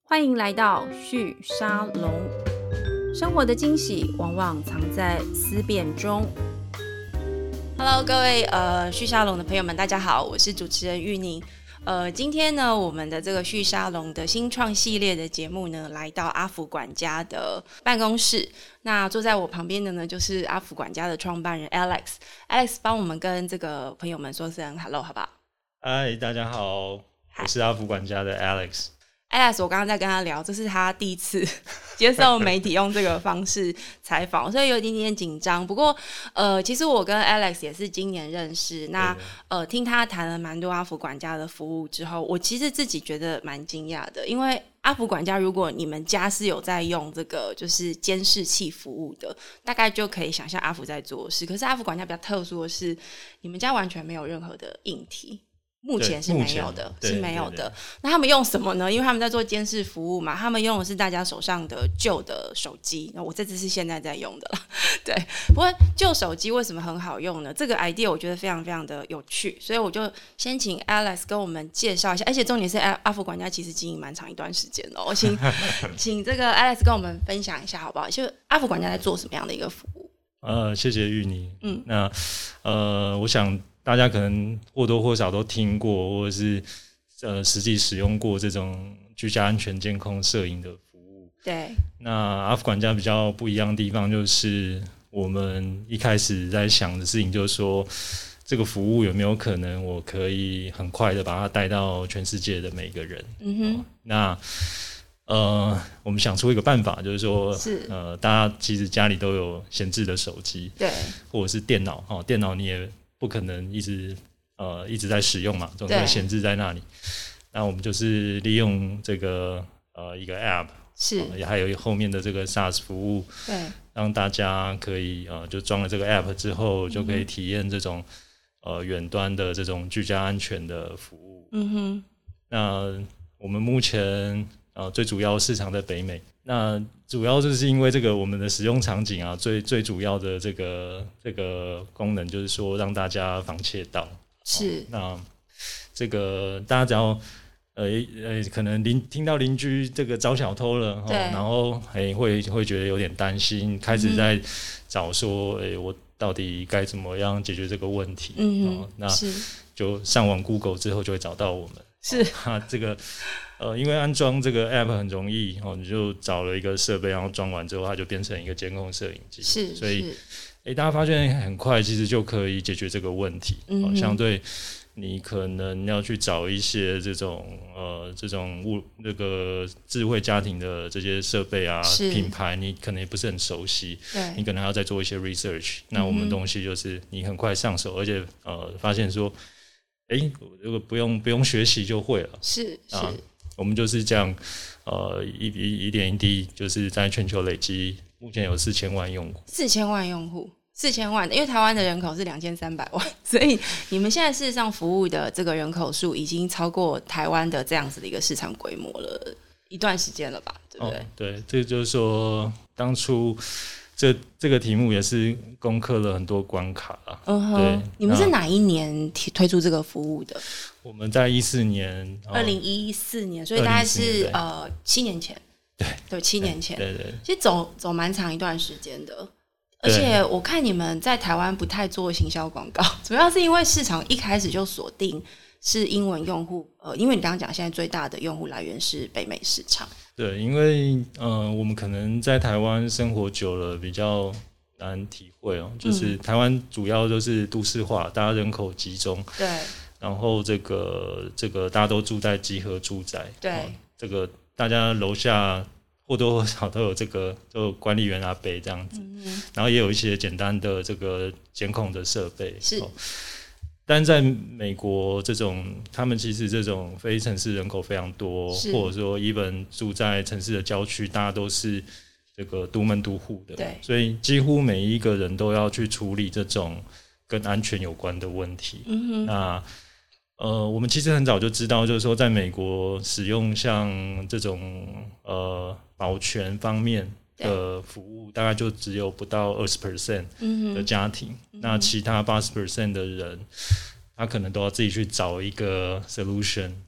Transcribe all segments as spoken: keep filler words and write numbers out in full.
欢迎来到旭沙龙，生活的惊喜往往藏在思辨中。Hello， 各位呃旭沙龙的朋友们，大家好，我是主持人玉宁。呃，今天呢，我们的这个旭沙龙的新创系列的节目呢，来到阿福管家的办公室。那坐在我旁边的呢，就是阿福管家的创办人 Alex。Alex 帮我们跟这个朋友们说声 Hello， 好不好？ 嗨，大家好，我是阿福管家的 Alex。Alex， 我刚刚在跟他聊，这是他第一次接受媒体用这个方式采访，所以有一点点紧张。不过，呃，其实我跟 Alex 也是今年认识，那呃，听他谈了蛮多阿福管家的服务之后，我其实自己觉得蛮惊讶的，因为阿福管家，如果你们家是有在用这个就是监视器服务的，大概就可以想象阿福在做的事。可是阿福管家比较特殊的是，你们家完全没有任何的硬体。目前是没有的，是没有的。对对对，那他们用什么呢？因为他们在做监视服务嘛，他们用的是大家手上的旧的手机。我这只是现在在用的啦，对。不过旧手机为什么很好用呢？这个 idea 我觉得非常非常的有趣，所以我就先请 Alex 跟我们介绍一下。而且重点是阿福管家其实经营蛮长一段时间了，我请请这个 Alex 跟我们分享一下好不好？就阿福管家在做什么样的一个服务？ 呃，谢谢玉妮。嗯，那呃，我想。大家可能或多或少都听过，或者是呃实际使用过这种居家安全监控摄影的服务。 对。 那阿福管家比较不一样的地方，就是我们一开始在想的事情，就是说这个服务有没有可能，我可以很快的把它带到全世界的每一个人。嗯哼。哦、那呃，我们想出一个办法，就是说，是呃，大家其实家里都有闲置的手机， 对， 或者是电脑，哦，电脑你也。不可能一直呃一直在使用嘛，总会闲置在那里。那我们就是利用这个呃一个 App， 是、 呃，还有后面的这个 SaaS 服务， 对， 让大家可以呃就装了这个 App 之后，就可以体验这种、嗯、呃远端的这种居家安全的服务。嗯哼。那我们目前呃最主要市场在北美。那主要就是因为这个我们的使用场景啊，最最主要的这个这个功能就是说让大家防窃盗。 是、哦。 那这个大家只要呃呃可能邻听到邻居这个遭小偷了，哦、然后哎会会觉得有点担心，开始在找说哎、嗯、我到底该怎么样解决这个问题。嗯、哦、那就上网 Google 之后就会找到我们。 是。 啊这个。呃，因为安装这个 App 很容易，哦，你就找了一个设备，然后装完之后，它就变成一个监控摄影机。 是， 所以，哎，大家发现很快，其实就可以解决这个问题。嗯、哦，相对你可能要去找一些这种呃这种物那个智慧家庭的这些设备啊品牌，你可能也不是很熟悉， 对， 你可能要再做一些 research。那我们东西就是你很快上手，而且呃发现说，哎，如果不用不用学习就会了。 是是。 啊我们就是这样，呃，一一一点一滴，就是在全球累积，目前有四千万用户。 四千万用户，四千万，因为台湾的人口是两千三百万，所以你们现在事实上服务的这个人口数已经超过台湾的这样子的一个市场规模了一段时间了吧？对不对？哦、 对，这就是说，当初这这个题目也是攻克了很多关卡啦。嗯哼，对， 你们是哪一年推出这个服务的？ 我们在一四年， 二零一四年，所以大概是呃七年前， 对对，七年前， 对 对, 对， 其实走走蛮长一段时间的，而且我看你们在台湾不太做行销广告，主要是因为市场一开始就锁定是英文用户，呃，因为你刚刚讲现在最大的用户来源是北美市场， 对，因为呃我们可能在台湾生活久了，比较难体会哦，就是台湾主要就是都市化，大家人口集中， 对。 然后这个这个大家都住在集合住宅， 对、哦， 这个大家楼下或多或少都有这个都有管理员阿伯这样子、嗯，然后也有一些简单的这个监控的设备， 是。 哦、但在美国这种，他们其实这种非城市人口非常多，或者说 even 住在城市的郊区，大家都是这个独门独户的， 对， 所以几乎每一个人都要去处理这种跟安全有关的问题。嗯哼，那。呃，我们其实很早就知道，就是说，在美国使用像这种呃保全方面的服务，大概就只有不到二十 percent 的家庭，嗯、那其他八十 percent 的人，他可能都要自己去找一个 solution，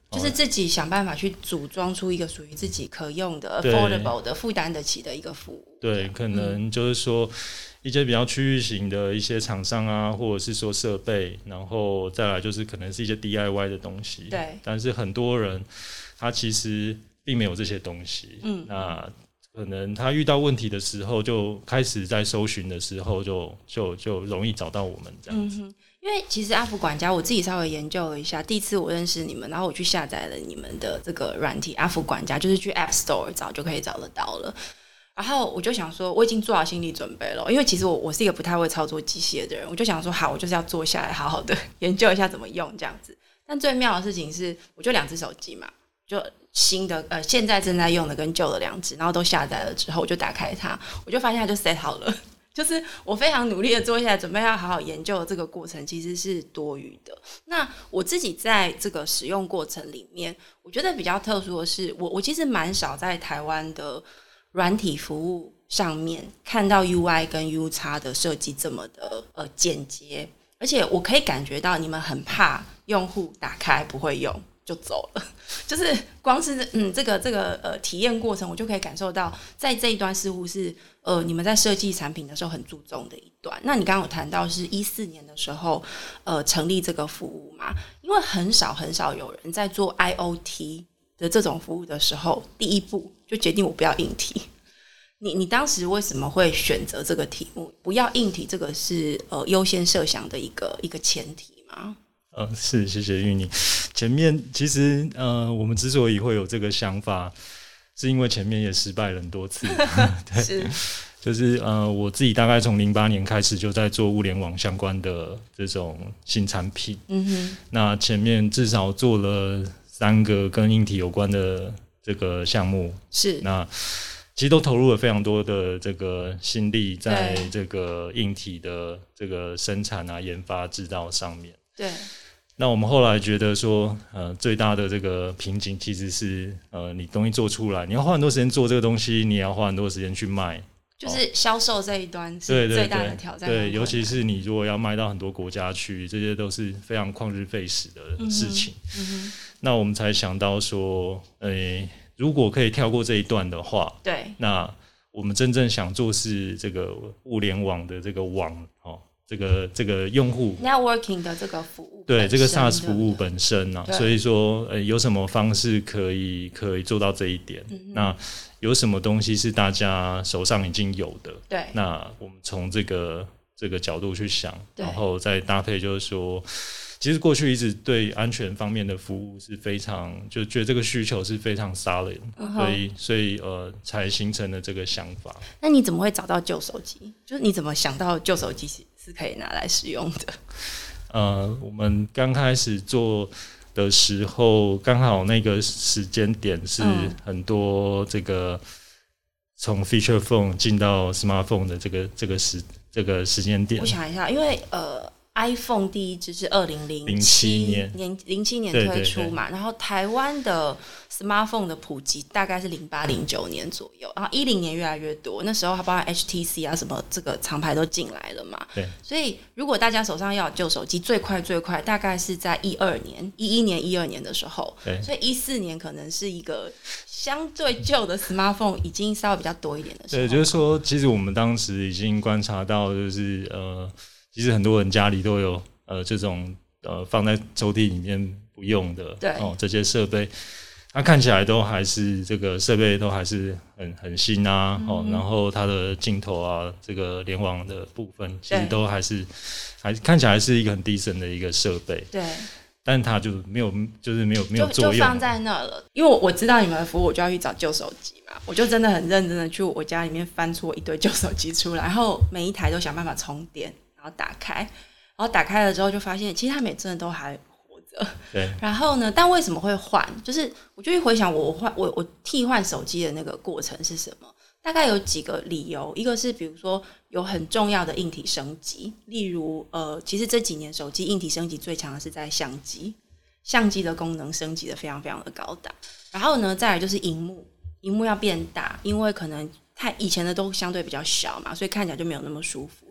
就是自己想办法去组装出一个属于自己可用的 affordable 的负担得起的一个服务。 对，可能就是说一些比较区域型的一些厂商啊，或者是说设备，然后再来就是可能是一些 D I Y 的东西。 对， 但是很多人他其实并没有这些东西。嗯，那可能他遇到问题的时候，就开始在搜寻的时候就，就就容易找到我们这样子。嗯， 因为其实阿福管家，我自己稍微研究了一下，第一次我认识你们，然后我去下载了你们的这个软体，阿福管家就是去 App Store 找就可以找得到了。然后我就想说，我已经做好心理准备了，因为其实我我是一个不太会操作机械的人，我就想说，好，我就是要坐下来好好的研究一下怎么用这样子。但最妙的事情是，我就两只手机嘛，就新的呃现在正在用的跟旧的两只，然后都下载了之后，我就打开它，我就发现它就 set 好了。就是我非常努力的做下来，准备要好好研究的这个过程其实是多余的。那我自己在这个使用过程里面，我觉得比较特殊的是，我我其实蛮少在台湾的软体服务上面看到 U I 跟 U X 的设计这么的呃简洁，而且我可以感觉到你们很怕用户打开不会用就走了，就是光是嗯这个这个呃体验过程，我就可以感受到，在这一段似乎是呃你们在设计产品的时候很注重的一段。那你刚刚有谈到是一四年的时候呃成立这个服务嘛？因为很少很少有人在做 I O T 的这种服务的时候，第一步就决定我不要硬体。你你当时为什么会选择这个题目？不要硬体，这个是呃优先设想的一个一个前提吗？ 呃，是，谢谢玉妮。前面其实呃，我们之所以会有这个想法，是因为前面也失败了很多次。对，是，就是呃，我自己大概从零八年开始就在做物联网相关的这种新产品。嗯哼，那前面至少做了三个跟硬体有关的这个项目。是，那其实都投入了非常多的这个心力在这个硬体的这个生产啊、研发、制造上面。对。那我们后来觉得说，呃，最大的这个瓶颈其实是，呃，你东西做出来，你要花很多时间做这个东西，你也要花很多时间去卖， 就是销售这一端是最大的挑战。 对，对，对，尤其是你如果要卖到很多国家去，这些都是非常旷日费时的事情。嗯嗯，那我们才想到说，呃，如果可以跳过这一段的话，对，那我们真正想做是这个物联网的这个网，哦。这个这个用户 networking 的这个服务， 对这个 SaaS 服务本身啊，所以说呃有什么方式可以可以做到这一点？嗯、那有什么东西是大家手上已经有的？对，那我们从这个这个角度去想，然后再搭配，就是说，其实过去一直对安全方面的服务是非常，就觉得这个需求是非常 solid，、嗯、所以所以呃才形成了这个想法。 那你怎么会找到旧手机？就是你怎么想到旧手机是是可以拿来使用的？ 呃，我们刚开始做的时候，刚好那个时间点是很多这个从 feature phone 进到 smartphone 的这个这个时这个时间点。 我想一下，因为呃。iPhone 第一支是二零零七年零七年推出嘛，对对对，然后台湾的 smartphone 的普及大概是零八零九年左右，然后一零年越来越多，那时候包括 H T C 啊什么这个厂牌都进来了嘛，对，所以如果大家手上要有旧手机，最快最快大概是在一二年、一一年、一二年的时候，对，所以一四年可能是一个相对旧的 smartphone 已经稍微比较多一点的时候。 对，就是说，其实我们当时已经观察到，就是呃。其实很多人家里都有呃这种呃放在抽屉里面不用的哦这些设备，它看起来都还是这个设备都还是很很新啊、嗯、哦，然后它的镜头啊这个联网的部分其实都还是还看起来是一个很低深的一个设备，对，但它就没有就是没有没有作用， 就放在那了。因为我我知道你们的服务，我就要去找旧手机嘛，我就真的很认真的去我家里面翻出一堆旧手机出来，然后每一台都想办法充电。然后打开，然后打开了之后就发现，其实他们也真的都还活着。对。然后呢？但为什么会换？就是我就去回想我换我我替换手机的那个过程是什么？大概有几个理由。一个是比如说有很重要的硬体升级，例如呃，其实这几年手机硬体升级最强的是在相机，相机的功能升级的非常非常的高档。然后呢，再来就是萤幕，萤幕要变大，因为可能太以前的都相对比较小嘛，所以看起来就没有那么舒服。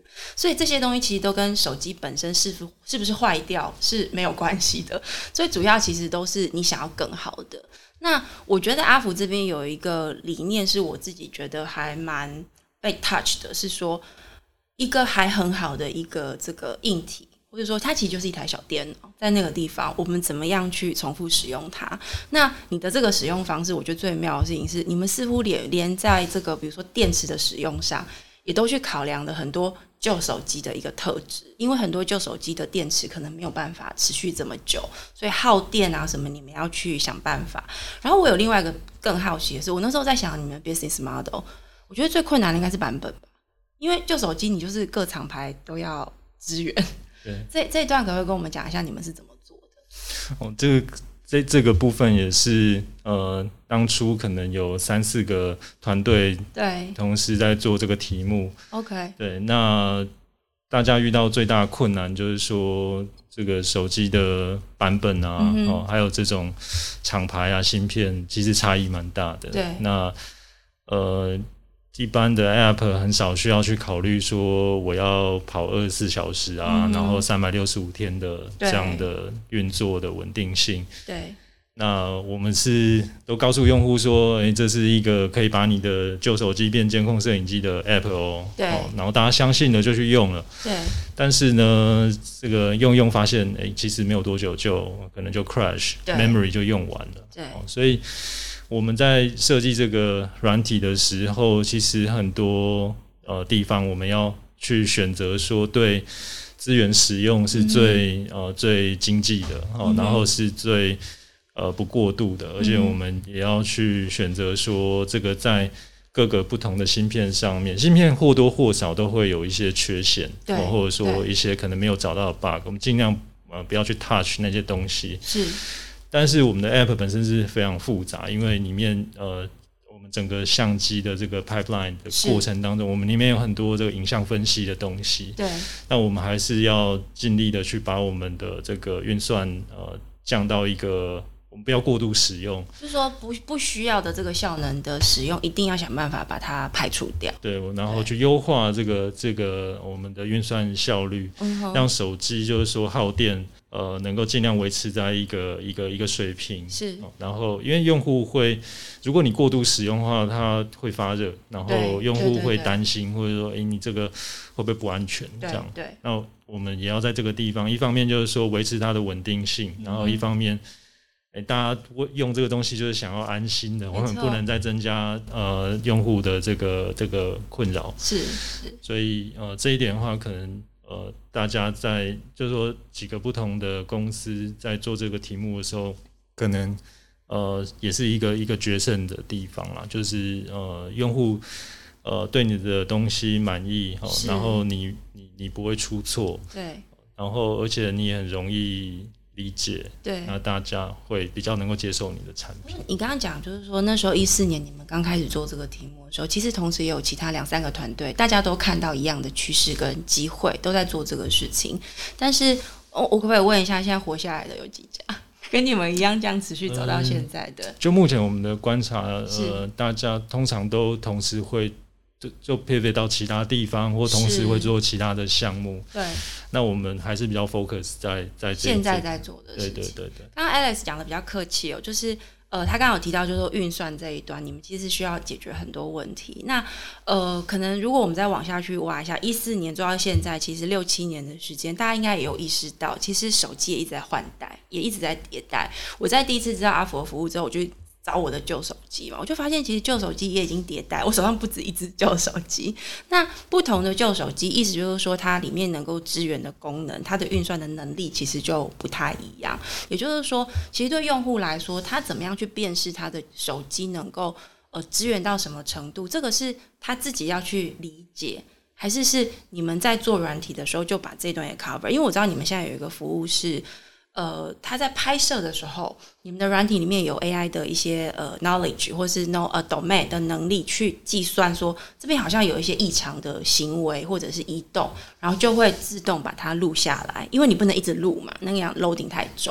所以这些东西其实都跟手机本身是不是不是坏掉是没有关系的，所以主要其实都是你想要更好的。那我觉得阿福这边有一个理念是我自己觉得还蛮被 touch 的，是说一个还很好的一个这个硬体，或者说它其实就是一台小电脑，在那个地方我们怎么样去重复使用它。那你的这个使用方式，我觉得最妙的事情是你们似乎连连在这个比如说电池的使用上也都去考量了很多旧手机的一个特质，因为很多旧手机的电池可能没有办法持续这么久，所以耗电啊什么你们要去想办法。然后我有另外一个更好奇的是，我那时候在想你们的 business model， 我觉得最困难的应该是版本吧，因为旧手机你就是各厂牌都要支援。 对， 这这一段可不可以跟我们讲一下你们是怎么做的？ 哦，这个这这个部分也是呃，当初可能有三四个团队对同时在做这个题目。 OK， 对，那大家遇到最大的困难就是说，这个手机的版本啊，嗯、哦，还有这种厂牌啊、芯片，其实差异蛮大的。 对， 那呃。一般的 App 很少需要去考虑说我要跑二十四小时啊，嗯、然后三百六十五天的这样的运作的稳定性。 对， 那我们是都告诉用户说，欸，这是一个可以把你的旧手机变监控摄影机的 App 哦。 对， 哦，然后大家相信了就去用了。 对， 但是呢，这个用用发现，欸，其实没有多久就可能就 crash，memory 就用完了。 对， 哦，所以我们在设计这个软体的时候，其实很多呃地方我们要去选择说对资源使用是最、嗯、呃最经济的，哦嗯、然后是最呃不过度的，而且我们也要去选择说这个在各个不同的芯片上面，芯片或多或少都会有一些缺陷， 对， 或者说一些可能没有找到的 bug， 我们尽量呃不要去 touch 那些东西。 是。 但是我们的 App 本身是非常复杂，因为里面呃，我们整个相机的这个 pipeline 的过程当中，我们里面有很多这个影像分析的东西。 对。 那我们还是要尽力的去把我们的这个运算呃降到一个我们不要过度使用， 就是说不不需要的这个效能的使用，一定要想办法把它排除掉。 对，然后去优化这个这个我们的运算效率，嗯、让手机就是说耗电。呃，能够尽量维持在一个一个一个水平， 是。 然后，因为用户会，如果你过度使用的话，它会发热，然后用户会担心，或者说，哎，你这个会不会不安全？这样。 对。 那我们也要在这个地方，一方面就是说维持它的稳定性，然后一方面，哎、嗯，大家用这个东西就是想要安心的，我们不能再增加呃用户的这个这个困扰。 是是。 所以呃，这一点的话，可能。呃，大家在就是说几个不同的公司在做这个题目的时候，可能呃也是一个一个决胜的地方啦。就是呃用户呃对你的东西满意，哦、然后你你你不会出错， 对， 然后而且你也很容易理解， 对， 那大家会比较能够接受你的产品。 你刚刚讲就是说那时候一四年你们刚开始做这个题目的时候，其实同时也有其他两三个团队，大家都看到一样的趋势跟机会，都在做这个事情。但是我我可不可以问一下，现在活下来的有几家？跟你们一样这样持续走到现在的？嗯、 就目前我们的观察，呃，大家通常都同时会就就 pivot 到其他地方，或同时会做其他的项目。 对， 那我们还是比较 focus 在在这现在在做的事情。 对对对对。 刚刚 Alex 讲的比较客气哦，就是呃，他刚刚有提到就是说运算这一端，你们其实需要解决很多问题。那呃，可能如果我们再往下去挖一下，一四年做到现在，其实六七年的时间，大家应该也有意识到，其实手机也一直在换代，也一直在迭代。我在第一次知道阿佛的服务之后，我就找我的旧手机嘛，我就发现其实旧手机也已经迭代，我手上不止一只旧手机。那不同的旧手机，意思就是说它里面能够支援的功能，它的运算的能力其实就不太一样。也就是说，其实对用户来说，他怎么样去辨识他的手机能够呃支援到什么程度，这个是他自己要去理解，还是是你们在做软体的时候就把这段也 cover？ 因为我知道你们现在有一个服务是。呃，他在拍摄的时候，你们的软体里面有 A I 的一些呃 knowledge 或是 know 呃 domain 的能力去计算说这边好像有一些异常的行为或者是移动，然后就会自动把它录下来，因为你不能一直录嘛，那样 loading 太重。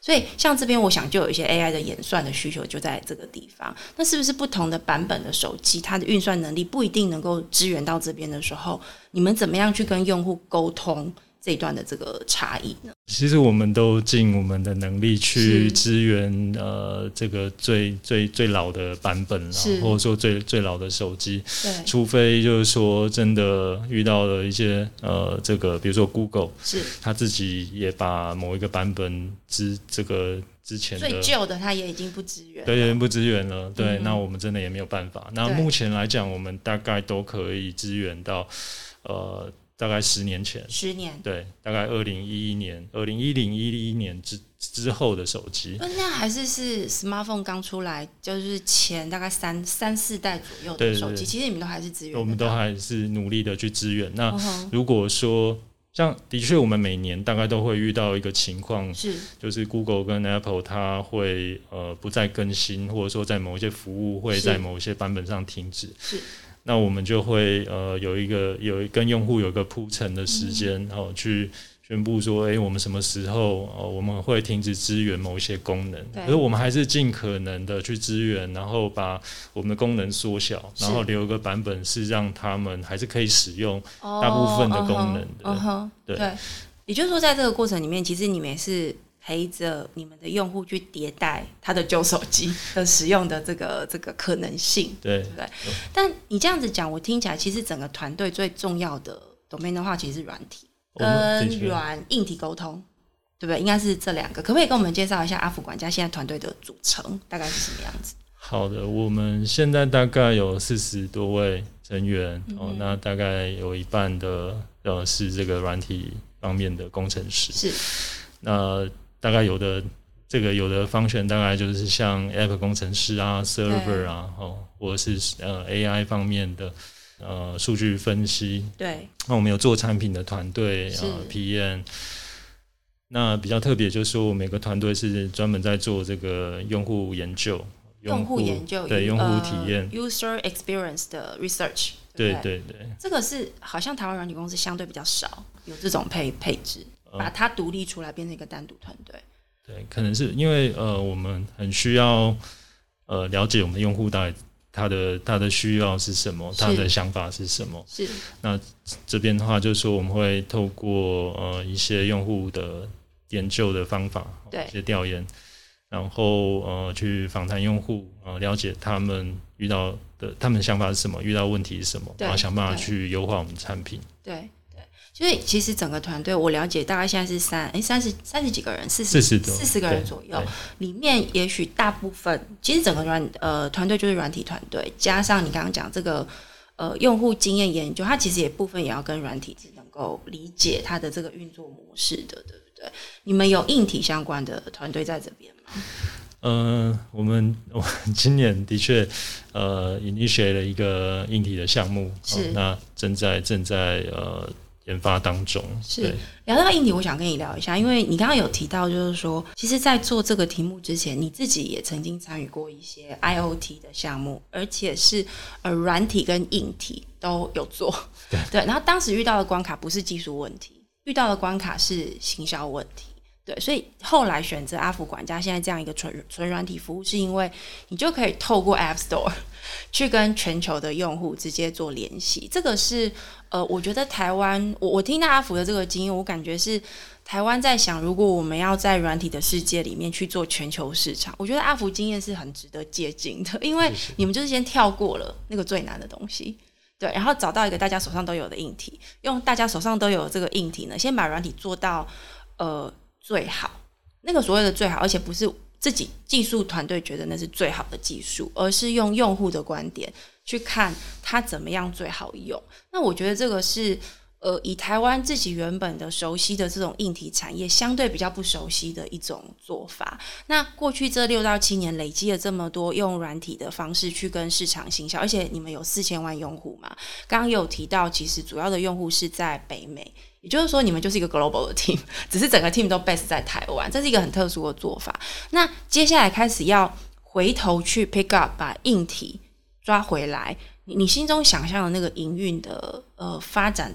所以像这边我想就有一些 A I 的演算的需求就在这个地方。那是不是不同的版本的手机它的运算能力不一定能够支援到这边的时候，你们怎么样去跟用户沟通这一段的这个差异呢？ 其实我们都尽我们的能力去支援呃这个最最最老的版本啦，或者说最最老的手机，除非就是说真的遇到了一些呃这个比如说 Google 是他自己也把某一个版本之这个之前的最旧的它也已经不支援了， 对，不支援了，对、嗯，那我们真的也没有办法。那目前来讲，我们大概都可以支援到呃。大概十年前， 十年， 对，大概二零一一年、二零一零一一年之之后的手机， 那还是是 smartphone 刚出来，就是前大概三三四代左右的手机，对对对，其实你们都还是支援， 我们都还是努力的去支援。那如果说像的确，我们每年大概都会遇到一个情况，是就是 Google 跟 Apple 它会呃不再更新，或者说在某一些服务会在某一些版本上停止，是。那我们就会呃有一个有跟用户有一个铺陈的时间，然后、嗯、去宣布说，哎、欸，我们什么时候、呃、我们会停止支援某一些功能，可是我们还是尽可能的去支援，然后把我们的功能缩小，然后留一个版本是让他们还是可以使用大部分的功能的。 哦嗯、对, 对，也就是说，在这个过程里面，其实你们也是陪着你们的用户去迭代他的旧手机的使用的这个这个可能性，对对不对？但你这样子讲，我听起来其实整个团队最重要的 domain 的话，其实是软体跟软硬体沟通，对不对？应该是这两个。可不可以跟我们介绍一下阿福管家现在团队的组成大概是什么样子？ 好的，我们现在大概有四十多位成员、嗯哦、那大概有一半的呃是这个软体方面的工程师，是那。大概有的这个有的function大概就是像 app 工程师啊 server 啊、哦、或者是呃 A I 方面的呃数据分析，对，那我们有做产品的团队呃 P M， 那比较特别就是说每个团队是专门在做这个用户研究用户研究对用户体验、 呃、user experience 的 research， 对对 对, 对， 这个是好像台湾软体公司相对比较少有这种配配置，把它独立出来变成一个单独团队。 对，可能是因为呃，我们很需要呃了解我们的用户到底他的他的需要是什么，他的想法是什么。是。那这边的话，就是说我们会透过呃一些用户的研究的方法，对，一些调研，然后呃去访谈用户，呃了解他们遇到的他们的想法是什么，遇到问题是什么，然后想办法去优化我们的产品。 对。所以其实整个团队我了解大概现在是三哎三十三十几个人，四十四十个人左右，里面也许大部分其实整个软呃团队就是软体团队，加上你刚刚讲这个呃用户经验研究，它其实也部分也要跟软体能够理解它的这个运作模式的，对不对？你们有硬体相关的团队在这边吗？ 呃，我们我们今年的确呃 initiate 了一个硬体的项目，是、哦、那正在正在呃。研发当中。 是聊到硬体，我想跟你聊一下，因为你刚刚有提到就是说其实在做这个题目之前，你自己也曾经参与过一些 I O T 的项目，而且是呃软体跟硬体都有做。 对, 对，然后当时遇到的关卡不是技术问题，遇到的关卡是行销问题。对，所以后来选择阿福管家现在这样一个纯纯软体服务，是因为你就可以透过 App Store 去跟全球的用户直接做联系。这个是呃，我觉得台湾，我我听到阿福的这个经验，我感觉是台湾在想，如果我们要在软体的世界里面去做全球市场，我觉得阿福经验是很值得借鉴的，因为你们就是先跳过了那个最难的东西。对，然后找到一个大家手上都有的硬体，用大家手上都有的这个硬体呢，先把软体做到呃最好，那个所谓的最好，而且不是自己技术团队觉得那是最好的技术，而是用用户的观点去看它怎么样最好用。那我觉得这个是呃，以台湾自己原本的熟悉的这种硬体产业相对比较不熟悉的一种做法。那过去这六到七年累积了这么多用软体的方式去跟市场行销，而且你们有四千万用户嘛，刚刚有提到其实主要的用户是在北美，也就是说你们就是一个 global 的 team， 只是整个 team 都 base 在台湾，这是一个很特殊的做法。那接下来开始要回头去 pick up 把硬体抓回来，你你心中想象的那个营运的呃发展的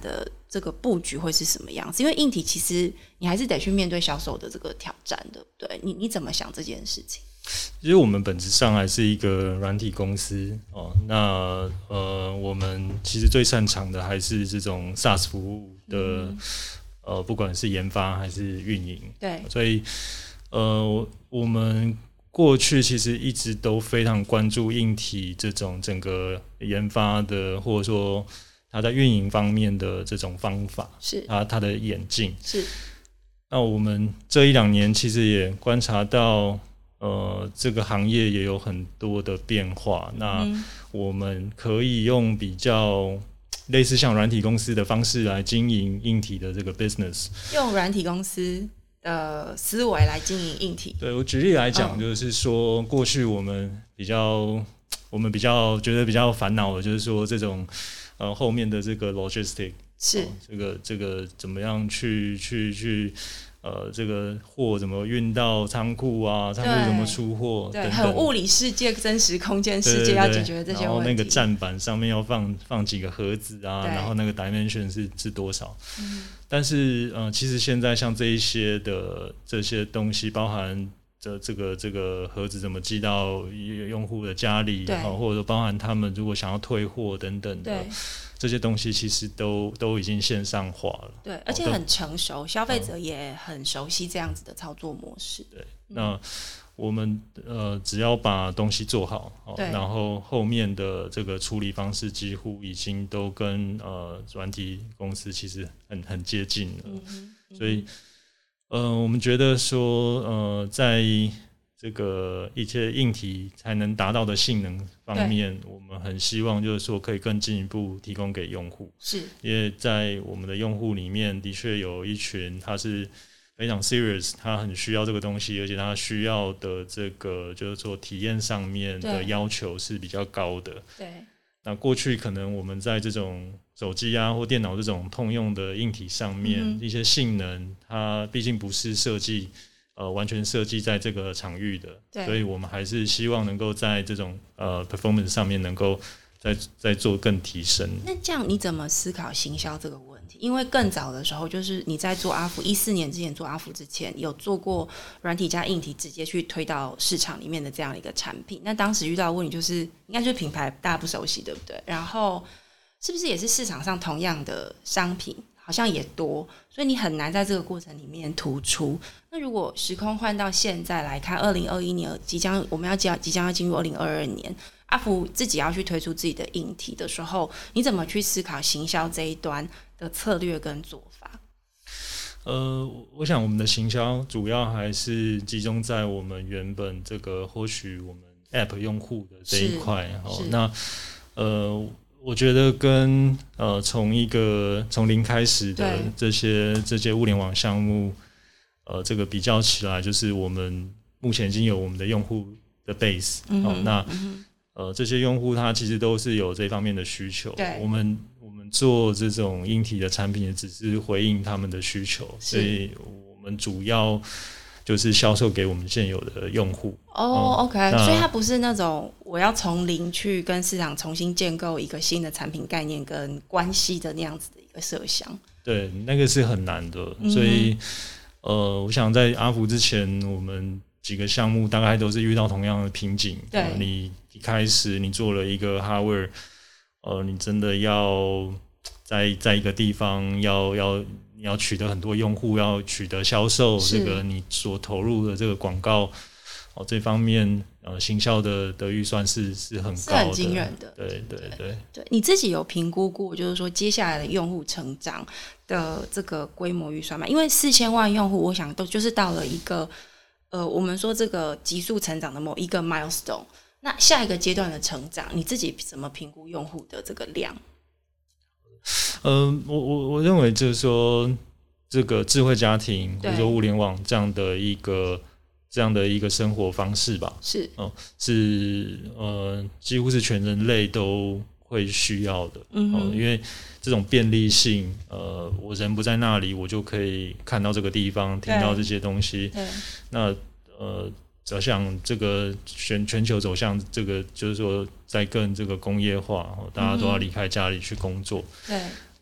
这个布局会是什么样子？因为硬体其实你还是得去面对销售的这个挑战，对不对？你你怎么想这件事情？ 其实我们本质上还是一个软体公司哦。那呃，我们其实最擅长的还是这种 SaaS 服务的、嗯、呃，不管是研发还是运营。 对， 所以呃，我们过去其实一直都非常关注硬体这种整个研发的，或者说它在运营方面的这种方法， 是它它的演进。 是。 那我们这一两年其实也观察到。呃，这个行业也有很多的变化，那我们可以用比较类似像软体公司的方式来经营硬体的这个 business， 用软体公司的思维来经营硬体。 对，我举例来讲，就是说过去我们比较我们比较觉得比较烦恼的就是说这种呃后面的这个 logistic 是、哦、 这个这个怎么样去去去呃，这个货怎么运到仓库啊？仓库怎么出货？ 对， 等等很物理世界、真实空间世界要解决这些问题。 然后那个站板上面要放放几个盒子啊，然后那个 dimension 是是多少？嗯、但是呃，其实现在像这一些的这些东西，包含这这个这个盒子怎么寄到用户的家里，哦、或者包含他们如果想要退货等等的。这些东西其实都都已经线上化了， 对，而且很成熟，消费者也很熟悉这样子的操作模式。 对，那我们呃只要把东西做好，然后后面的这个处理方式几乎已经都跟呃软体公司其实很很接近了，嗯嗯、所以呃我们觉得说呃在这个一些硬体才能达到的性能方面，我们很希望就是说可以更进一步提供给用户。是，因为在我们的用户里面，的确有一群他是非常 serious， 他很需要这个东西，而且他需要的这个就是说体验上面的要求是比较高的。对。那过去可能我们在这种手机啊或电脑这种通用的硬体上面，嗯、一些性能，它毕竟不是设计。呃，完全设计在这个场域的，所以我们还是希望能够在这种呃 performance 上面能够再再做更提升。 那这样你怎么思考行销这个问题？因为更早的时候，就是你在做阿福一四年之前做阿福之前，有做过软体加硬体直接去推到市场里面的这样的一个产品。那当时遇到的问题就是，应该就是品牌大家不熟悉，对不对？然后是不是也是市场上同样的商品？好像也多，所以你很难在这个过程里面突出。那如果时空换到现在来看，二零二一年即将我们要即将要进入二零二二年，阿福自己要去推出自己的硬体的时候，你怎么去思考行销这一端的策略跟做法？ 呃，我想我们的行销主要还是集中在我们原本这个获取我们 App 用户的这一块。哦，那呃。我觉得跟呃从一个从零开始的这些这些物联网项目，呃这个比较起来，就是我们目前已经有我们的用户的 base，嗯哦、那、嗯、呃这些用户他其实都是有这方面的需求，我们我们做这种硬体的产品，也只是回应他们的需求，所以我们主要。就是销售给我们现有的用户哦、oh, ，OK， 所以它不是那种我要从零去跟市场重新建构一个新的产品概念跟关系的那样子的一个设想。 对，那个是很难的，嗯、所以呃，我想在阿福之前，我们几个项目大概都是遇到同样的瓶颈。对、呃，你一开始你做了一个 hardware， 呃，你真的要在在一个地方要要。你要取得很多用户，要取得销售，这个你所投入的这个广告，哦，这方面呃行销的的预算是是很高的， 是很惊人的。 对对 对, 对, 对，你自己有评估过，就是说接下来的用户成长的这个规模预算吗？因为四千万用户，我想都就是到了一个呃，我们说这个急速成长的某一个 milestone。那下一个阶段的成长，你自己怎么评估用户的这个量？ 呃，我我我认为就是说，这个智慧家庭或者说物联网这样的一个这样的一个生活方式吧，是，哦、呃，是呃，几乎是全人类都会需要的，嗯、呃，因为这种便利性，呃，我人不在那里，我就可以看到这个地方，听到这些东西，对，那呃。走向这个全全球走向这个，就是说，在更这个工业化，大家都要离开家里去工作。对，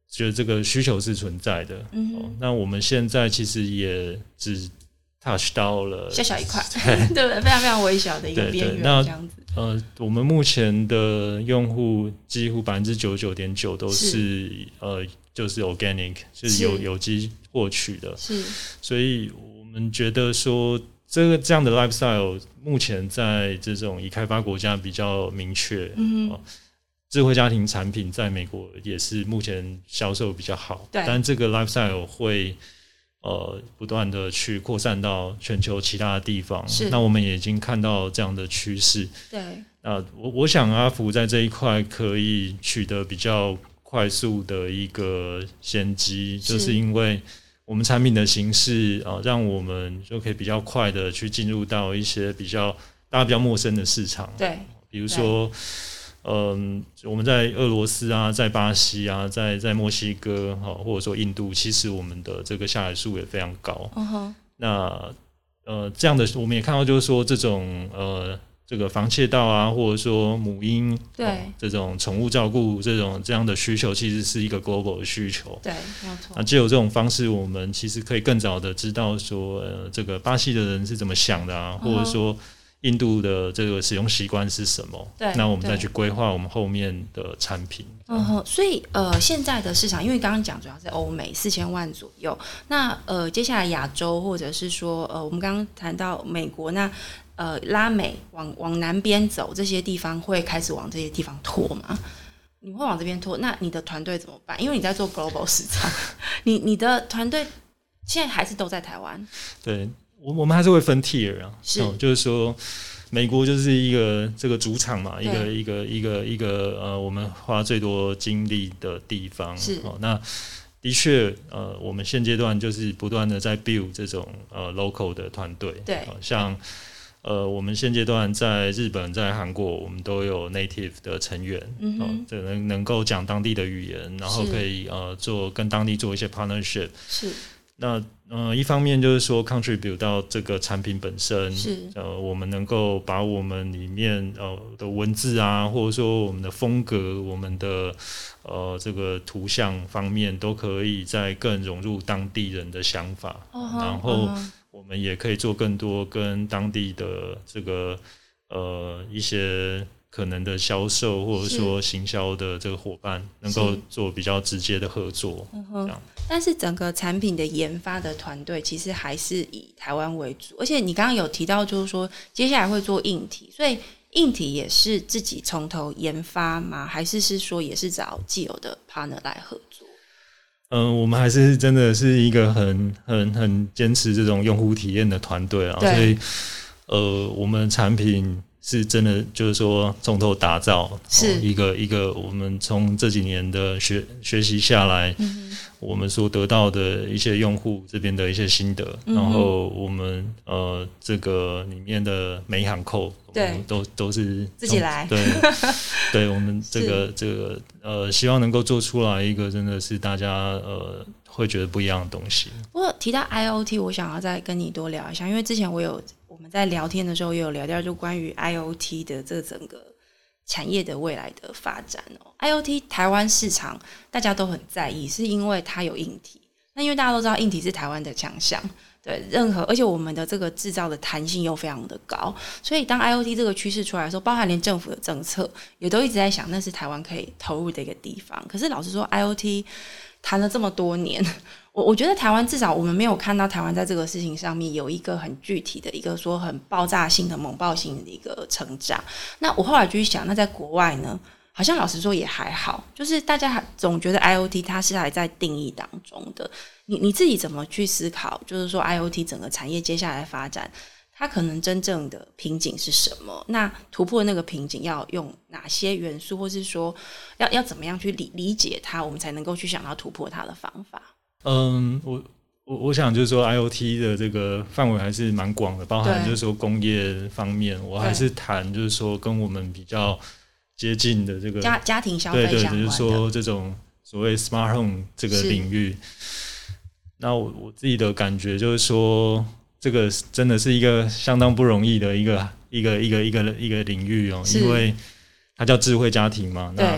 觉得这个需求是存在的。嗯哦、那我们现在其实也只 touch 到了小小一块，对不对？非常非常微小的一个边缘，这样子。 呃，我们目前的用户几乎百分之九十九点九都是, 是呃，就是 organic， 就是有有机获取的。是，所以我们觉得说，这个这样的 lifestyle 目前在这种已开发国家比较明确。嗯、呃，智慧家庭产品在美国也是目前销售比较好，但这个 lifestyle 会。呃，不断的去扩散到全球其他的地方，那我们也已经看到这样的趋势。对，那我我想阿福在这一块可以取得比较快速的一个先机，就是因为我们产品的形式啊、呃，让我们就可以比较快的去进入到一些比较大家比较陌生的市场。对，比如说。嗯，我们在俄罗斯啊，在巴西啊，在在墨西哥或者说印度，其实我们的这个下载数也非常高。Uh-huh. 那呃，这样的我们也看到，就是说这种呃，这个防窃盗啊，或者说母婴对、呃、这种宠物照顾这种这样的需求，其实是一个 global 的需求。对，没有错。那藉由这种方式，我们其实可以更早的知道说，呃，这个巴西的人是怎么想的啊， uh-huh. 或者说。印度的这个使用习惯是什么？对，那我们再去规划我们后面的产品。 嗯哼，所以呃，现在的市场，因为刚刚讲主要是欧美四千万左右，那呃，接下来亚洲或者是说呃，我们刚刚谈到美国，那呃，拉美往往南边走，这些地方会开始往这些地方拖吗？你会往这边拖，那你的团队怎么办？因为你在做 global 市场，你你的团队现在还是都在台湾？ 对。我们还是会分 tier 啊，是、哦，就是说，美国就是一个这个主场嘛，一个一个一个一个呃，我们花最多精力的地方。是，哦，那的确，呃，我们现阶段就是不断的在 build 这种呃 local 的团队。对、哦，像呃，我们现阶段在日本、在韩国，我们都有 native 的成员，嗯哦，这能能够讲当地的语言，然后可以呃做跟当地做一些 partnership。是。那呃，一方面就是说 contribute 到这个产品本身，是呃，我们能够把我们里面呃的文字啊，或者说我们的风格、我们的呃这个图像方面，都可以再更融入当地人的想法， uh-huh, 然后我们也可以做更多跟当地的这个呃一些。可能的销售或者说行销的这个伙伴能够做比较直接的合作，这样。 但是整个产品的研发的团队其实还是以台湾为主，而且你刚刚有提到就是说接下来会做硬体，所以硬体也是自己从头研发吗？还是是说也是找既有的 partner 来合作？ 嗯、呃，我们还是真的是一个很很很坚持这种用户体验的团队啊，所以呃，我们产品。是真的，就是说从头打造，是、哦、一个一个我们从这几年的学学习下来、嗯，我们所得到的一些用户这边的一些心得，嗯、然后我们呃这个里面的每一行扣，对，都都是自己来， 对，对我们这个这个呃，希望能够做出来一个真的是大家呃会觉得不一样的东西。 不过提到 I O T， 我想要再跟你多聊一下，因为之前我有。我们在聊天的时候也有聊到就关于 I O T 的这整个产业的未来的发展哦。I O T 台湾市场大家都很在意，是因为它有硬体。那因为大家都知道硬体是台湾的强项，对，任何而且我们的这个制造的弹性又非常的高，所以当 I O T 这个趋势出来的时候，包含连政府的政策也都一直在想，那是台湾可以投入的一个地方。可是老实说 ，I O T 谈了这么多年。我我觉得台湾至少我们没有看到台湾在这个事情上面有一个很具体的一个说很爆炸性的猛爆性的一个成长。那我后来就去想，那在国外呢，好像老实说也还好，就是大家总觉得 I O T 它是还在定义当中的。你你自己怎么去思考？就是说 I O T 整个产业接下来的发展，它可能真正的瓶颈是什么？那突破那个瓶颈要用哪些元素，或是说要要怎么样去理理解它，我们才能够去想到突破它的方法？ 嗯，我我我想就是说 I O T 的这个范围还是蛮广的，包含就是说工业方面，我还是谈就是说跟我们比较接近的这个家家庭消费相关的， 对对，就是说这种所谓 smart home 这个领域。那我我自己的感觉就是说，这个真的是一个相当不容易的一个一个一个一个一个领域哦，因为它叫智慧家庭嘛。那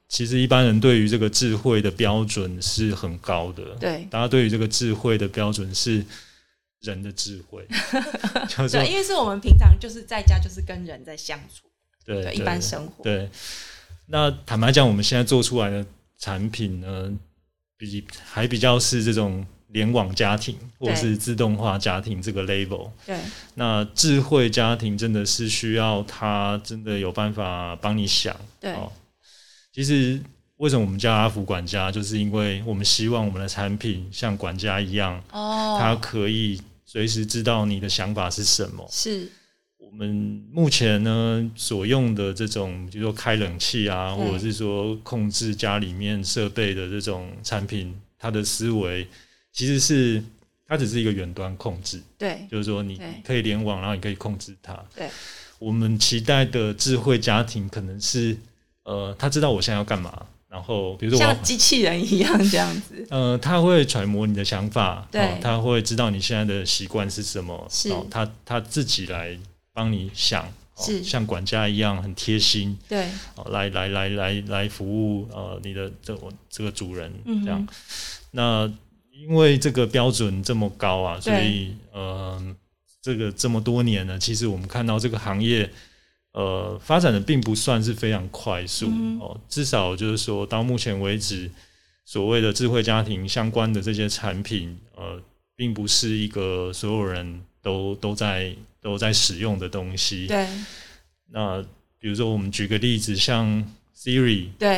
其实一般人对于这个智慧的标准是很高的， 对， 大家对于这个智慧的标准是人的智慧， 对，因为是我们平常就是在家就是跟人在相处， 对， 对，一般生活， 对。那坦白讲，我们现在做出来的产品呢，比还比较是这种联网家庭或是自动化家庭这个 label。 对， 那智慧家庭真的是需要他真的有办法帮你想。 对， 哦，其实为什么我们叫阿福管家，就是因为我们希望我们的产品像管家一样，哦，它可以随时知道你的想法是什么。 是。 我们目前呢所用的这种，比如说开冷气啊，或者是说控制家里面设备的这种产品，它的思维其实是它只是一个远端控制， 对， 就是说你可以联网，然后你可以控制它。 对， 我们期待的智慧家庭可能是，呃，他知道我现在要干嘛，然后比如说像机器人一样这样子， 呃，他会揣摩你的想法， 对， 哦，他会知道你现在的习惯是什么， 是， 哦，他他自己来帮你想， 是， 哦，像管家一样很贴心， 对， 哦，来来来来来服务呃你的这这个主人，嗯，这样。那因为这个标准这么高啊，所以呃这个这么多年呢，其实我们看到这个行业呃发展的并不算是非常快速，嗯，哦，至少就是说到目前为止，所谓的智慧家庭相关的这些产品，呃，并不是一个所有人都都在。都在使用的东西。 对。 那比如说，我们举个例子，像 Siri， 对，哦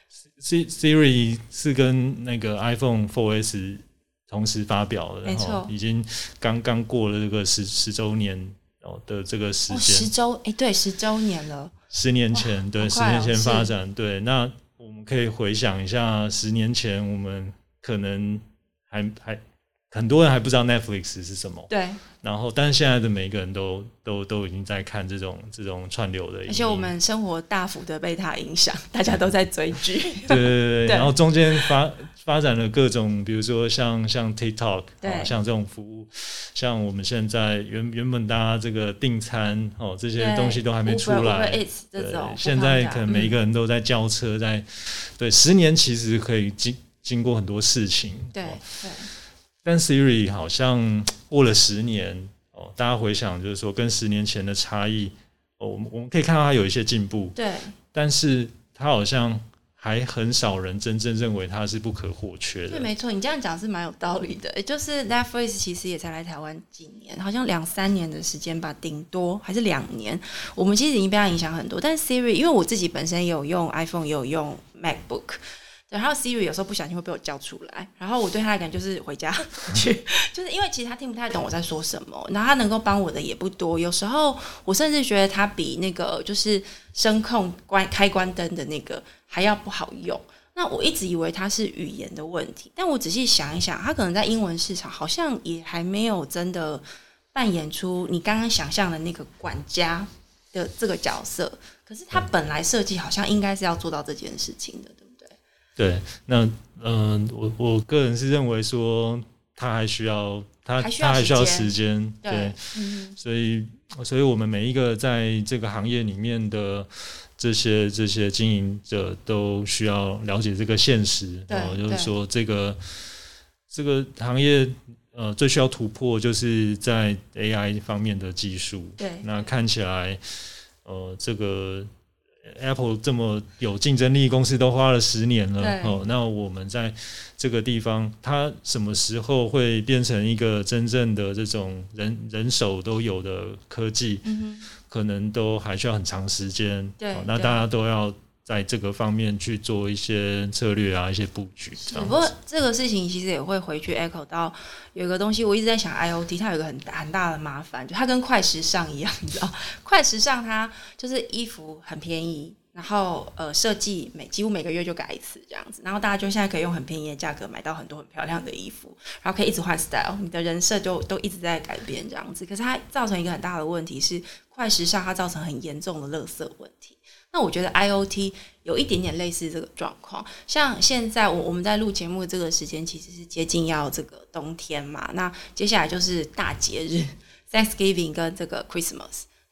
，Siri 是跟那个 iPhone 四 S 同时发表的， 没错， 已经刚刚过了这个十十周年的这个时间，哦， 十周，哎，对，十周年了。 十年前，对，十年前发展，对。那我们可以回想一下，十年前我们可能还还很多人还不知道 Netflix 是什么， 对。 然后，但是现在的每个人都都都已经在看这种这种串流的影音， 而且我们生活大幅的被它影响，大家都在追剧。 对对 对, 对，然后中间发发展了各种，比如说像像 TikTok，哦，像这种服务，像我们现在原原本大家这个订餐哦这些东西都还没出来， 对，这种现在可能每一个人都在叫车，在对十年其实可以经经过很多事情， 对对。 但 Siri 好像过了十年，哦，大家回想就是说跟十年前的差异，哦，我们我们可以看到它有一些进步， 对， 但是它好像还很少人真正认为它是不可或缺的。 对，没错，你这样讲是蛮有道理的。也就是 Netflix 其实也才来台湾几年，好像两三年的时间吧，顶多还是两年。我们其实已经被它影响很多，但是 Siri， 因为我自己本身也有用 iPhone， 也有用 MacBook。然后 Siri 有时候不小心会被我叫出来，然后我对他的感觉就是回家去，就是因为其实他听不太懂我在说什么，然后他能够帮我的也不多，有时候我甚至觉得他比那个就是声控关开关灯的那个还要不好用。那我一直以为它是语言的问题，但我仔细想一想，他可能在英文市场好像也还没有真的扮演出你刚刚想象的那个管家的这个角色，可是他本来设计好像应该是要做到这件事情的。 对，那嗯、呃，我我个人是认为说，他还需要他还需要他还需要时间，对， 对嗯、 所以所以我们每一个在这个行业里面的这些这些经营者都需要了解这个现实，哦，就是说这个这个行业呃最需要突破就是在 A I 方面的技术， 对， 那看起来呃这个。Apple 这么有竞争力公司都花了十年了，哦，那我们在这个地方，它什么时候会变成一个真正的这种人人手都有的科技？嗯、可能都还需要很长时间。 对， 哦，那大家都要在这个方面去做一些策略啊，一些布局。 不过这个事情其实也会回去 echo 到有一个东西，我一直在想 I O T， 它有一个很很大的麻烦，就它跟快时尚一样，你知道，快时尚它就是衣服很便宜，然后呃设计每几乎每个月就改一次这样子，然后大家就现在可以用很便宜的价格买到很多很漂亮的衣服，然后可以一直换 style， 你的人设就都一直在改变这样子。可是它造成一个很大的问题是，快时尚它造成很严重的垃圾问题。那我觉得 I O T 有一点点类似这个状况，像现在我我们在录节目的这个时间其实是接近要这个冬天嘛，那接下来就是大节日 Thanksgiving 跟这个 Christmas，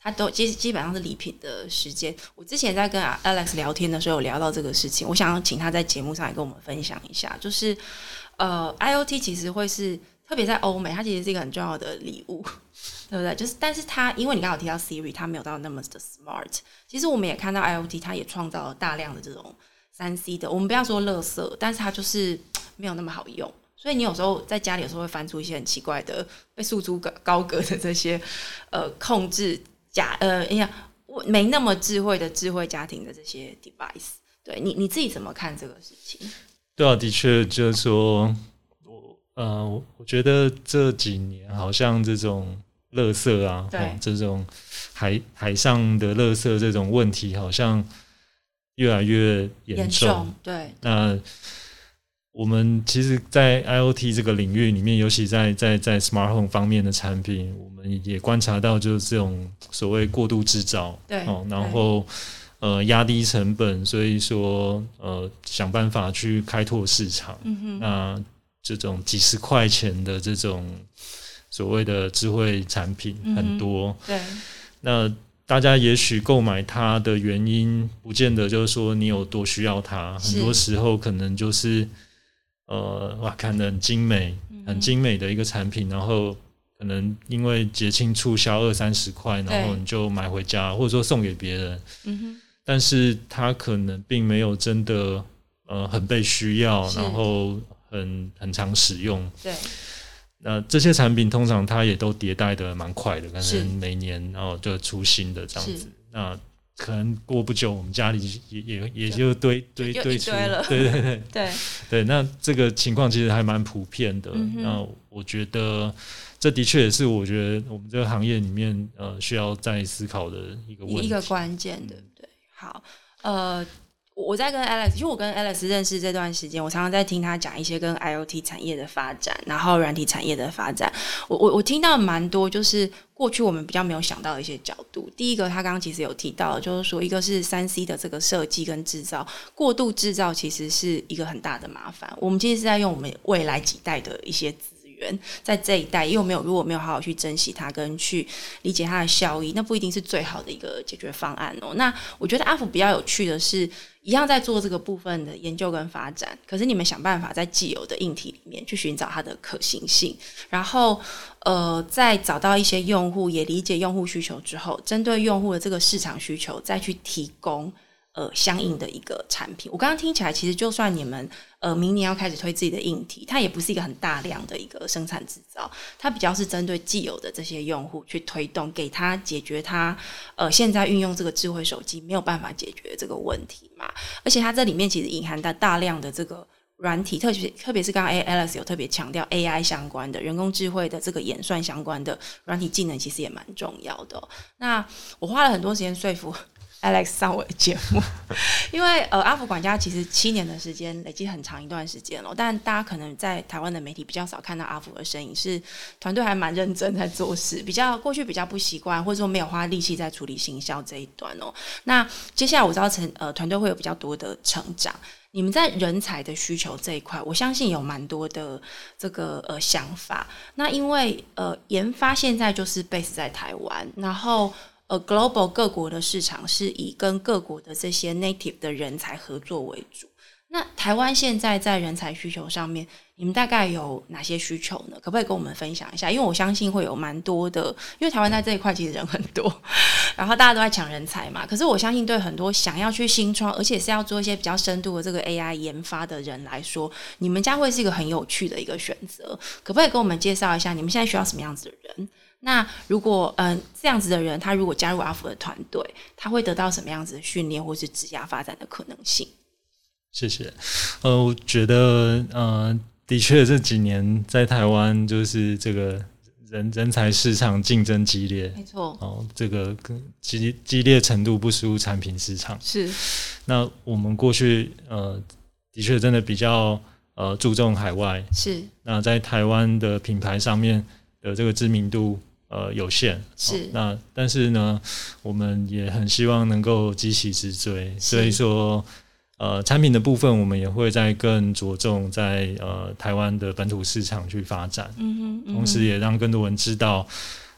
它都基基本上是礼品的时间。我之前在跟 Alex 聊天的时候有聊到这个事情，我想要请他在节目上来跟我们分享一下，就是呃 I O T 其实会是特别在欧美，它其实是一个很重要的礼物，对不对？就是但是它因为你刚刚有提到 Siri， 它没有到那么的 smart。其实我们也看到 I O T， 它也创造了大量的这种三 C 的，我们不要说垃圾，但是它就是没有那么好用。所以你有时候在家里有时候会翻出一些很奇怪的被束之高阁的这些呃控制假呃哎呀没那么智慧的智慧家庭的这些 device， 对你你自己怎么看这个事情？ 对啊，的确就是说，我呃我觉得这几年好像这种垃圾啊， 对、 哦、这种海海上的垃圾这种问题好像越来越严重。 严重对， 那我们其实，在 I O T 这个领域里面，尤其在在在 Smart Home 方面的产品，我们也观察到，就是这种所谓过度制造， 对， 哦，然后呃压低成本，所以说呃想办法去开拓市场。嗯哼，那这种几十块钱的这种所谓的智慧产品很多， 嗯、对， 那大家也许购买它的原因，不见得就是说你有多需要它，很多时候可能就是。呃，哇，看得很精美，很精美的一个产品，然后可能因为节庆促销二三十块，然后你就买回家，或者说送给别人。嗯哼，但是它可能并没有真的呃很被需要，然后很很常使用。对，那这些产品通常它也都迭代的蛮快的，可能每年然后就出新的这样子。那可能过不久，我们家里也也也就堆堆堆出， 了， 对对对对对。那这个情况其实还蛮普遍的。嗯、那我觉得这的确也是我觉得我们这个行业里面呃需要再思考的一个问题， 一个关键，对不对？好，呃。我在跟 Alex， 因为我跟 Alex 认识这段时间，我常常在听他讲一些跟 I O T 产业的发展，然后软体产业的发展。我我我听到蛮多，就是过去我们比较没有想到的一些角度。第一个，他刚刚其实有提到，就是说，一个是三 C 的这个设计跟制造，过度制造其实是一个很大的麻烦。我们其实是在用我们未来几代的一些资源，在这一代又没有如果没有好好去珍惜它跟去理解它的效益，那不一定是最好的一个解决方案哦。那我觉得阿福比较有趣的是，一样在做这个部分的研究跟发展，可是你们想办法在既有的硬体里面去寻找它的可行性，然后呃，再找到一些用户，也理解用户需求之后，针对用户的这个市场需求，再去提供呃相应的一个产品。我刚刚听起来，其实就算你们呃明年要开始推自己的硬体，它也不是一个很大量的一个生产制造，它比较是针对既有的这些用户去推动，给他解决他呃现在运用这个智慧手机没有办法解决这个问题嘛。而且它这里面其实隐含到大量的这个软体，特别特别是刚刚 Alex 有特别强调 A I 相关的人工智慧的这个演算相关的软体技能，其实也蛮重要的哦。那我花了很多时间说服 Alex 上我的节目，因为呃阿福管家其实七年的时间累积很长一段时间了，但大家可能在台湾的媒体比较少看到阿福的身影，是团队还蛮认真在做事，比较过去比较不习惯，或者说没有花力气在处理行销这一端哦。那接下来我知道成呃团队会有比较多的成长。你们在人才的需求这一块，我相信有蛮多的这个呃想法。那因为呃研发现在就是 base 在台湾，然后呃 global 各国的市场是以跟各国的这些 native 的人才合作为主。那台湾现在在人才需求上面，你们大概有哪些需求呢？可不可以跟我们分享一下？因为我相信会有蛮多的，因为台湾在这一块其实人很多，然后大家都在抢人才嘛。可是我相信对很多想要去新创，而且是要做一些比较深度的这个 A I 研发的人来说，你们家会是一个很有趣的一个选择。可不可以跟我们介绍一下，你们现在需要什么样子的人？那如果嗯、呃、这样子的人，他如果加入阿福的团队，他会得到什么样子的训练，或是职业发展的可能性？ 谢谢。呃，我觉得呃，的确这几年在台湾就是这个人人才市场竞争激烈， 没错。 哦，这个激激烈程度不输产品市场。 是。 那我们过去呃，的确真的比较呃注重海外。 是。 那在台湾的品牌上面的这个知名度呃有限。 是。 哦、那但是呢，我们也很希望能够急起直追，所以说。呃，产品的部分我们也会再更着重在呃台湾的本土市场去发展，嗯哼嗯哼，同时也让更多人知道，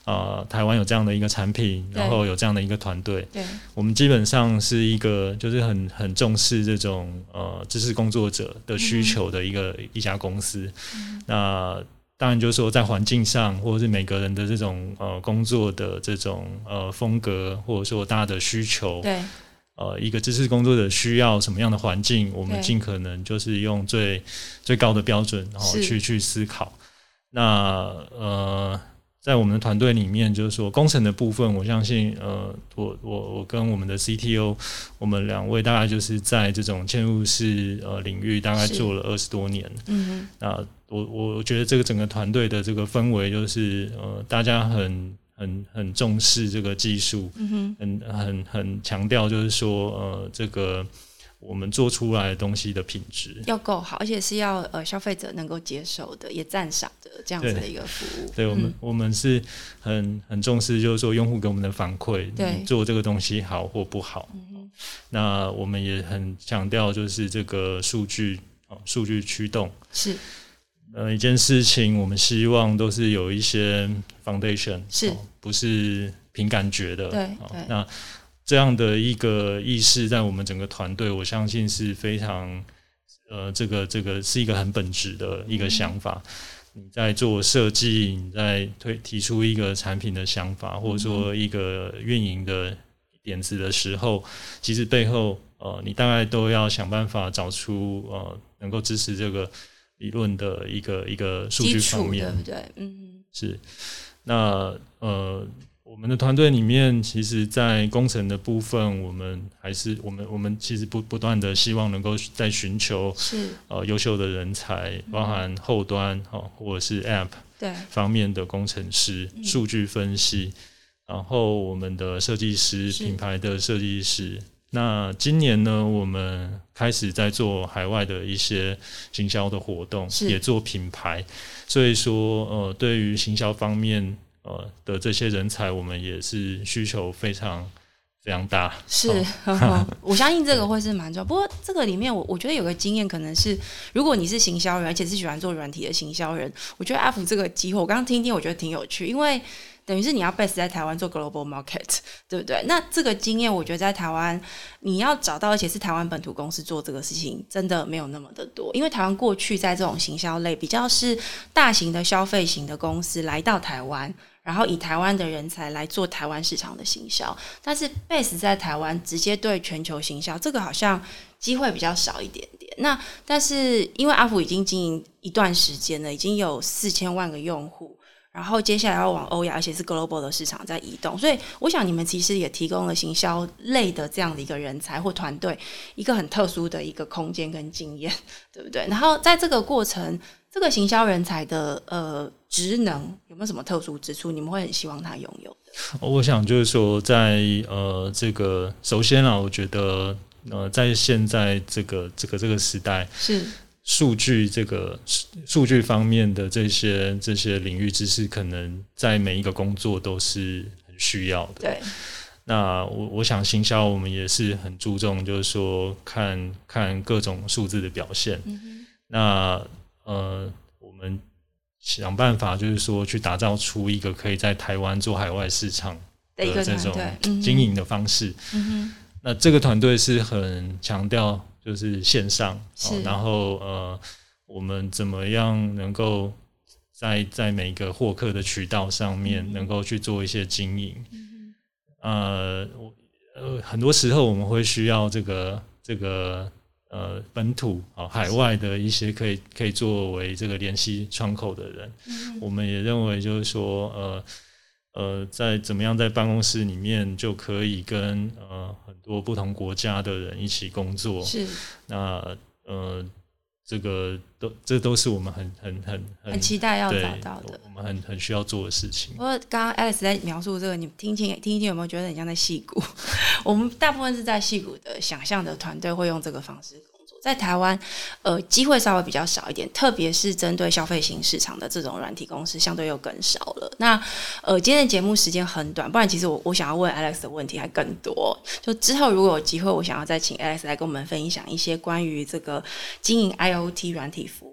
呃台湾有这样的一个产品，然后有这样的一个团队， 对， 我们基本上是一个就是很很重视这种呃知识工作者的需求的一个、嗯、一家公司。嗯、那当然就是说在环境上，或者是每个人的这种呃工作的这种呃风格，或者说大家的需求， 对。 呃，一个知识工作者需要什么样的环境，我们尽可能就是用最最高的标准，然后去去思考。那呃，在我们的团队里面，就是说工程的部分，我相信呃，我我我跟我们的 C T O， 我们两位大概就是在这种嵌入式呃领域大概做了二十多年。嗯，那我我觉得这个整个团队的这个氛围就是呃，大家很。很很重视这个技术，嗯、很很很强调，就是说，呃，这个我们做出来的东西的品质要够好，而且是要呃消费者能够接受的，也赞赏的这样子的一个服务。 对，对我们、嗯、我们是很很重视，就是说用户给我们的反馈，对，做这个东西好或不好。嗯、那我们也很强调，就是这个数据，哦，数据驱动是。呃，一件事情，我们希望都是有一些 foundation， 是、哦、不是凭感觉的。对，哦、对那这样的一个意识，在我们整个团队，我相信是非常呃，这个这个是一个很本质的一个想法。嗯、你在做设计，你在推提出一个产品的想法，或者说一个运营的点子的时候，其实背后呃，你大概都要想办法找出呃，能够支持这个。理论的一个一个数据方面， 对不对？嗯， 是。那呃，我们的团队里面，其实，在工程的部分，我们还是我们我们其实不不断的希望能够在寻求是呃优秀的人才，包含后端哈、哦、或者是 App 对方面的工程师、数据分析，然后我们的设计师、品牌的设计师。那今年呢，我们开始在做海外的一些行销的活动，也做品牌，所以说呃，对于行销方面呃的这些人才，我们也是需求非常非常大。 是，哦、我相信这个会是蛮重要。不过这个里面我，我我觉得有个经验，可能是如果你是行销人，而且是喜欢做软体的行销人，我觉得阿福这个机会，我刚刚听听，我觉得挺有趣，因为。等于是你要 base 在台湾做 global market， 对不对？那这个经验，我觉得在台湾你要找到，而且是台湾本土公司做这个事情，真的没有那么的多。因为台湾过去在这种行销类比较是大型的消费型的公司来到台湾，然后以台湾的人才来做台湾市场的行销，但是 base 在台湾直接对全球行销，这个好像机会比较少一点点。那但是因为阿福已经经营一段时间了，已经有四千万个用户。然后接下来要往欧亚，而且是 global 的市场在移动，所以我想你们其实也提供了行销类的这样的一个人才或团队一个很特殊的一个空间跟经验，对不对？然后在这个过程，这个行销人才的呃职能有没有什么特殊之处？你们会很希望他拥有的？ 我想就是说在，在呃这个首先啊，我觉得呃在现在这个这个这个时代是。数据这个数据方面的这些这些领域知识，可能在每一个工作都是很需要的。对，那我我想行销我们也是很注重，就是说看看各种数字的表现。嗯、那呃，我们想办法就是说去打造出一个可以在台湾做海外市场的这种经营的方式。嗯、那这个团队是很强调。就是线上，哦、然后呃，我们怎么样能够在在每个获客的渠道上面能够去做一些经营？嗯、呃，呃，很多时候我们会需要这个这个呃本土啊、哦、海外的一些可以可以作为这个联系窗口的人，嗯、我们也认为就是说呃。呃，在怎么样在办公室里面就可以跟呃很多不同国家的人一起工作，是那呃这个都这都是我们很很很很期待要找到的， 我们很很需要做的事情。 不过刚刚 Alex 在描述这个，你听听听一听有没有觉得很像在矽谷？我们大部分是在矽谷的想象的团队会用这个方式。在台湾，呃，机会稍微比较少一点，特别是针对消费型市场的这种软体公司，相对又更少了。那呃，今天的节目时间很短，不然其实我我想要问 Alex 的问题还更多。就之后如果有机会，我想要再请 Alex 来跟我们分享一些关于这个经营 I O T 软体服务的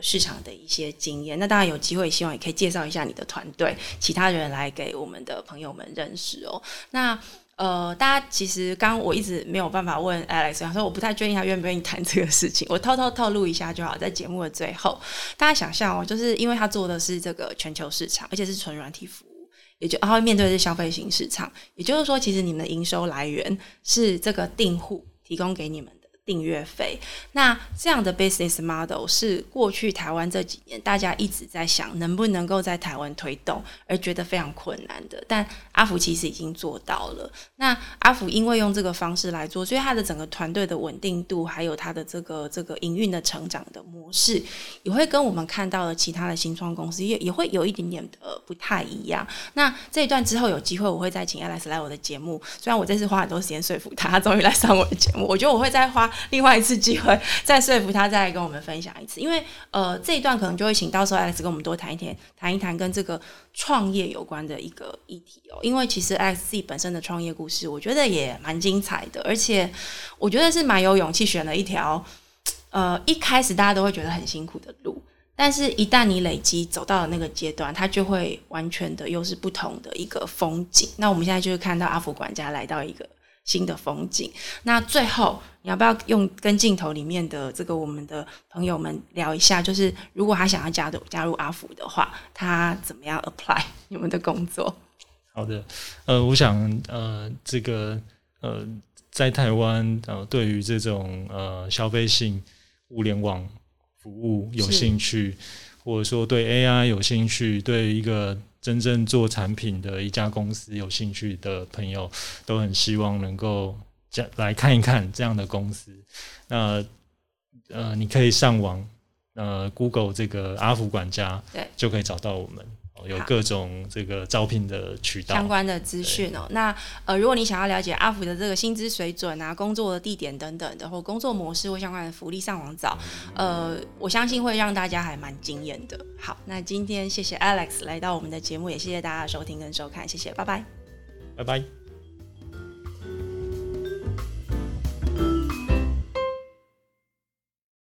市场的一些经验。那当然有机会希望也可以介绍一下你的团队，其他人来给我们的朋友们认识哦。那呃，大家其实刚刚我一直没有办法问 Alex， 说我不太确定他愿不愿意谈这个事情，我偷偷透露一下就好，在节目的最后，大家想象哦，就是因为他做的是这个全球市场，而且是纯软体服务，也就他会面对的是消费型市场，也就是说，其实你们的营收来源是这个订户提供给你们的订阅费。那这样的 business model 是过去台湾这几年大家一直在想能不能够在台湾推动，而觉得非常困难的，但阿福其实已经做到了。那阿福因为用这个方式来做，所以他的整个团队的稳定度，还有他的这个这个营运的成长的模式，也会跟我们看到的其他的新创公司也也会有一点点的不太一样。那这一段之后有机会我会再请 Alex 来我的节目，虽然我这次花很多时间说服他，他终于来上我的节目，我觉得我会再花另外一次机会再说服他，再来跟我们分享一次。因为呃这一段可能就会请到时候 Alex 跟我们多谈一谈谈一谈跟这个创业有关的一个议题哦。因为其实 Alex 自己本身的创业故事我觉得也蛮精彩的，而且我觉得是蛮有勇气选了一条呃一开始大家都会觉得很辛苦的路，但是一旦你累积走到了那个阶段，它就会完全的又是不同的一个风景。那我们现在就是看到阿福管家来到一个新的风景。那最后你要不要用跟镜头里面的这个我们的朋友们聊一下，就是如果他想要加入加入阿福的话，他怎么样 apply 你们的工作？ 好的，呃，我想呃这个呃在台湾呃对于这种呃消费性物联网服务有兴趣，或者说对 A I 有兴趣，对一个真正做产品的一家公司有兴趣的朋友，都很希望能够来看一看这样的公司。那呃，你可以上网呃 Google 这个阿福管家，对，就可以找到我们。有各种这个招聘的渠道相关的资讯哦。那呃，如果你想要了解阿福的这个薪资水准啊、工作的地点等等的，或工作模式或相关的福利，上网找，呃，我相信会让大家还蛮惊艳的。好，那今天谢谢 Alex 来到我们的节目，也谢谢大家的收听跟收看，谢谢，拜拜， 拜拜。